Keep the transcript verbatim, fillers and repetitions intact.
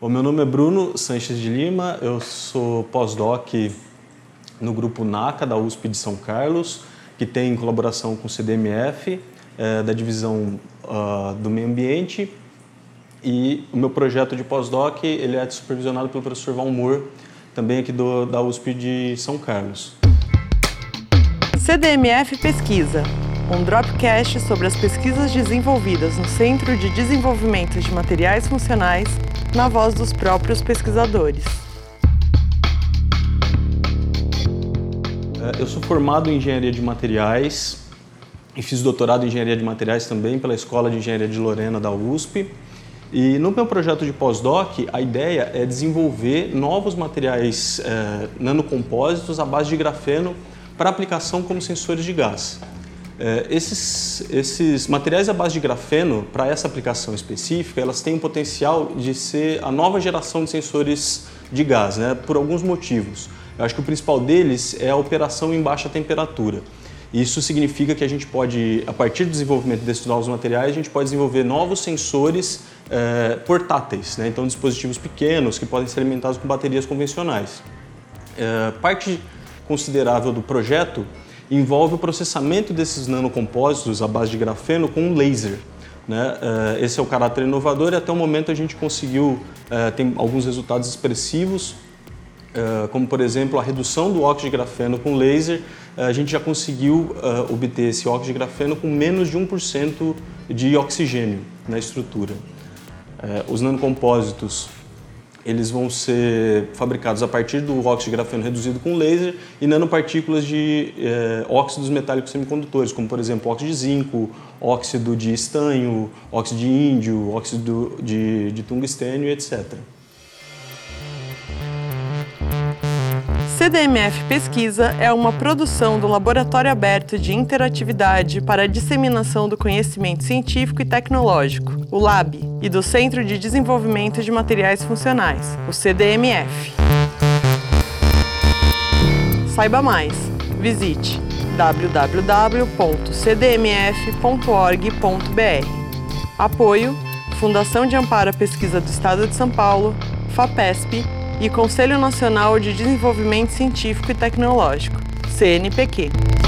O meu nome é Bruno Sanches de Lima, eu sou pós-doc no grupo NACA da U S P de São Carlos, que tem colaboração com o C D M F, é, da divisão uh, do meio ambiente, e o meu projeto de pós-doc ele é supervisionado pelo professor Val Moore, também aqui do, da U S P de São Carlos. C D M F Pesquisa, um dropcast sobre as pesquisas desenvolvidas no Centro de Desenvolvimento de Materiais Funcionais, na voz dos próprios pesquisadores. Eu sou formado em Engenharia de Materiais e fiz doutorado em Engenharia de Materiais também pela Escola de Engenharia de Lorena da U S P. E no meu projeto de pós-doc, a ideia é desenvolver novos materiais eh, nanocompósitos à base de grafeno para aplicação como sensores de gás. Eh, esses, esses materiais à base de grafeno, para essa aplicação específica, elas têm o potencial de ser a nova geração de sensores de gás, né, por alguns motivos. Eu acho que o principal deles é a operação em baixa temperatura. Isso significa que a gente pode, a partir do desenvolvimento desses novos materiais, a gente pode desenvolver novos sensores eh, portáteis, né? Então dispositivos pequenos que podem ser alimentados com baterias convencionais. Eh, parte considerável do projeto envolve o processamento desses nanocompósitos à base de grafeno com um laser, né? Eh, esse é o caráter inovador e até o momento a gente conseguiu, eh, tem alguns resultados expressivos, Uh, como por exemplo a redução do óxido de grafeno com laser. Uh, a gente já conseguiu uh, obter esse óxido de grafeno com menos de um por cento de oxigênio na estrutura. Uh, os nanocompósitos eles vão ser fabricados a partir do óxido de grafeno reduzido com laser e nanopartículas de uh, óxidos metálicos semicondutores, como por exemplo óxido de zinco, óxido de estanho, óxido de índio, óxido de, de tungstênio, etcétera. C D M F Pesquisa é uma produção do Laboratório Aberto de Interatividade para a Disseminação do Conhecimento Científico e Tecnológico, o LAB, e do Centro de Desenvolvimento de Materiais Funcionais, o C D M F. Saiba mais, visite w w w ponto c d m f ponto org ponto b r. Apoio: Fundação de Amparo à Pesquisa do Estado de São Paulo, FAPESP, e Conselho Nacional de Desenvolvimento Científico e Tecnológico, C N Pq.